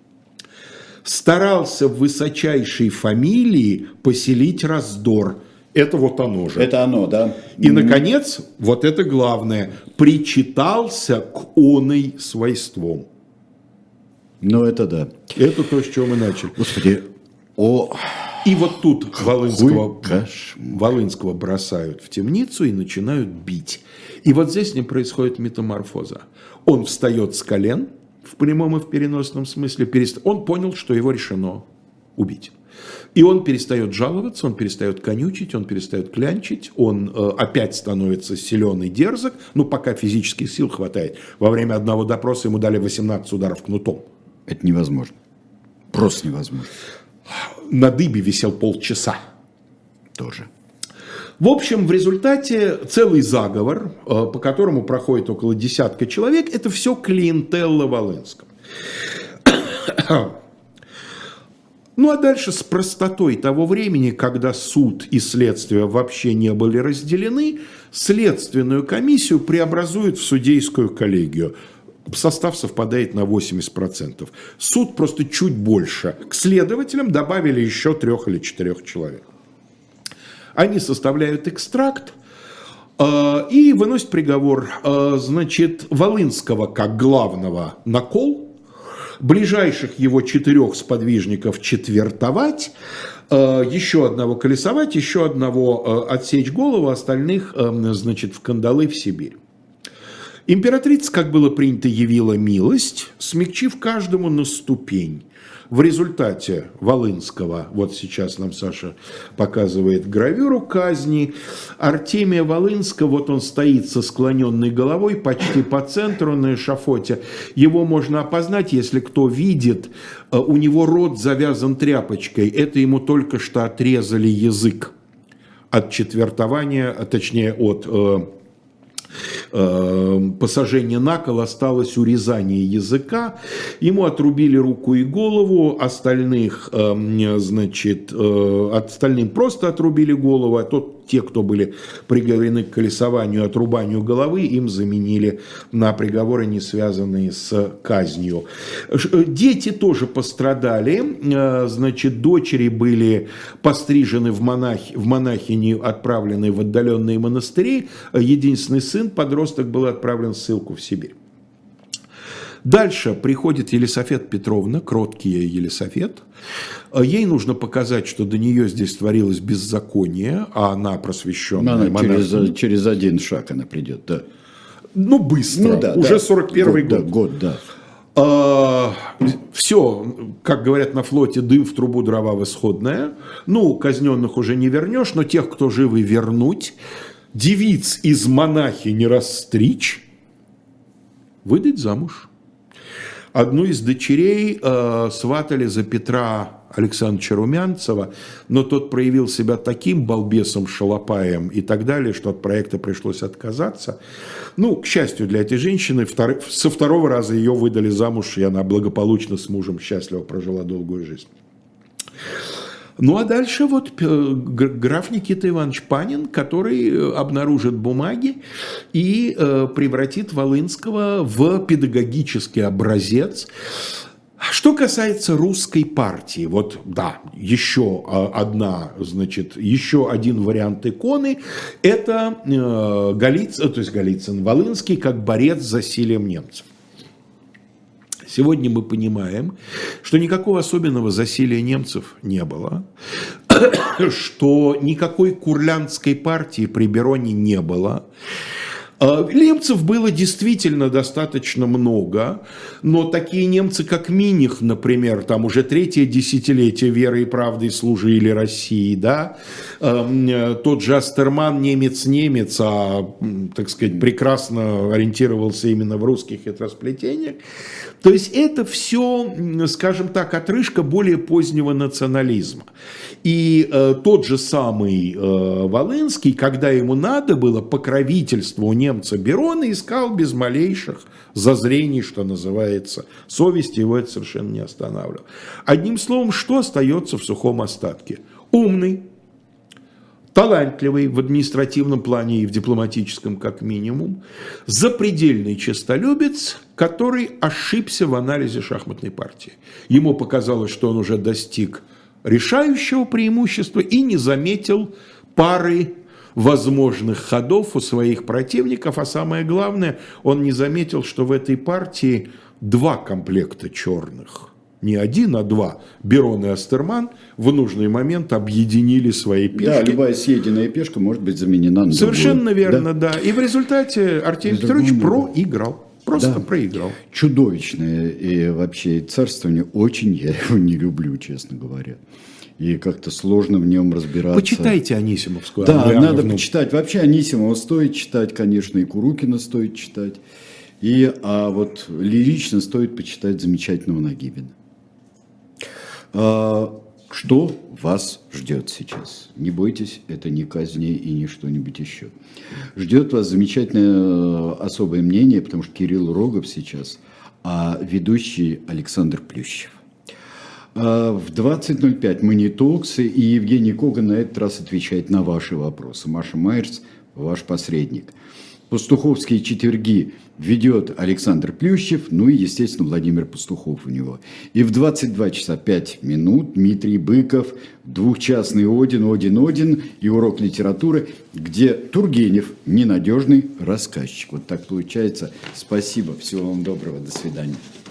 Старался в высочайшей фамилии поселить раздор. Это вот оно же. Это оно, да. И, наконец, вот это главное, причитался к оной свойством. Ну, это да. Это то, с чего мы начали. Господи, И вот тут Волынского бросают в темницу и начинают бить. И вот здесь с ним происходит метаморфоза. Он встает с колен, в прямом и в переносном смысле, он понял, что его решено убить. И он перестает жаловаться, он перестает конючить, он перестает клянчить, он опять становится силен и дерзок, ну, пока физических сил хватает. Во время одного допроса ему дали 18 ударов кнутом. Это невозможно. Просто невозможно. На дыбе висел полчаса. Тоже. В общем, в результате целый заговор, по которому проходит около десятка человек, это все клиентелла Волынского. Ну а дальше с простотой того времени, когда суд и следствие вообще не были разделены, следственную комиссию преобразуют в судейскую коллегию. Состав совпадает на 80%. Суд просто чуть больше. К следователям добавили еще 3 или 4 человек. Они составляют экстракт и выносят приговор. Значит, Волынского как главного на кол, ближайших его 4 сподвижников четвертовать, еще одного колесовать, еще одного отсечь голову, остальных, значит, в кандалы в Сибирь. Императрица, как было принято, явила милость, смягчив каждому на ступень. В результате Волынского, вот сейчас нам Саша показывает гравюру казни, Артемия Волынского, вот он стоит со склоненной головой почти по центру на эшафоте. Его можно опознать, если кто видит, у него рот завязан тряпочкой, это ему только что отрезали язык от четвертования, точнее от посажения на кол, осталось урезание языка, ему отрубили руку и голову, остальных, значит, остальным просто отрубили голову, а те, кто были приговорены к колесованию, отрубанию головы, им заменили на приговоры, не связанные с казнью. Дети тоже пострадали, значит, дочери были пострижены в монахини, отправлены в отдаленные монастыри, единственный сын, подросток, был отправлен в ссылку в Сибирь. Дальше приходит Елисафета Петровна, кроткий Елисафет. Ей нужно показать, что до нее здесь творилось беззаконие, а она просвещенная. Через один шаг она придет, да. Ну, быстро, ну, да, уже да. 41-й год. Да. Все, как говорят на флоте, дым в трубу, дрова в исходное. Ну, казненных уже не вернешь, но тех, кто живы, вернуть. Девиц из монахи не расстричь, выдать замуж. Одну из дочерей сватали за Петра Александровича Румянцева, но тот проявил себя таким балбесом, шалопаем и так далее, что от проекта пришлось отказаться. Ну, к счастью для этой женщины, со второго раза ее выдали замуж, и она благополучно с мужем счастливо прожила долгую жизнь. Ну, а дальше вот граф Никита Иванович Панин, который обнаружит бумаги и превратит Волынского в педагогический образец. Что касается русской партии, вот да, еще один вариант иконы – это Голицын, Волынский как борец с засилием немцев. Сегодня мы понимаем, что никакого особенного засилия немцев не было, что никакой курляндской партии при Бероне не было. Немцев было действительно достаточно много, но такие немцы, как Миних, например, там уже третье десятилетие верой и правдой служили России, да, тот же Астерман, немец, а, так сказать, прекрасно ориентировался именно в русских хитросплетениях. То есть это все, скажем так, отрыжка более позднего национализма. И тот же самый Волынский, когда ему надо было покровительство у немца Берона, искал без малейших зазрений, что называется, совести его это совершенно не останавливало. Одним словом, что остается в сухом остатке? Умный, талантливый в административном плане и в дипломатическом как минимум, запредельный честолюбец, который ошибся в анализе шахматной партии. Ему показалось, что он уже достиг решающего преимущества и не заметил пары возможных ходов у своих противников, а самое главное, он не заметил, что в этой партии два комплекта черных. Не один, а два. Берон и Астерман в нужный момент объединили свои пешки. Да, любая съеденная пешка может быть заменена на совершенно другую. Верно, да. И в результате Артемий Петрович проиграл. Просто проиграл. Чудовищное и вообще царствование. Очень я его не люблю, честно говоря. И как-то сложно в нем разбираться. Почитайте Анисимовскую. Да, надо почитать. Вообще Анисимова стоит читать, конечно, и Курукина стоит читать. А вот лирично стоит почитать замечательного Нагибина. Что вас ждет сейчас? Не бойтесь, это не казни и не что-нибудь еще. Ждет вас замечательное особое мнение, потому что Кирилл Рогов сейчас, а ведущий Александр Плющев. В 20:05 Money Talks, и Евгений Коган на этот раз отвечает на ваши вопросы. Маша Майерс, ваш посредник. Пастуховские четверги ведет Александр Плющев, ну и, естественно, Владимир Пастухов у него. И в 22 часа 5 минут Дмитрий Быков, двухчастный Один и урок литературы, где Тургенев ненадежный рассказчик. Вот так получается. Спасибо, всего вам доброго, до свидания.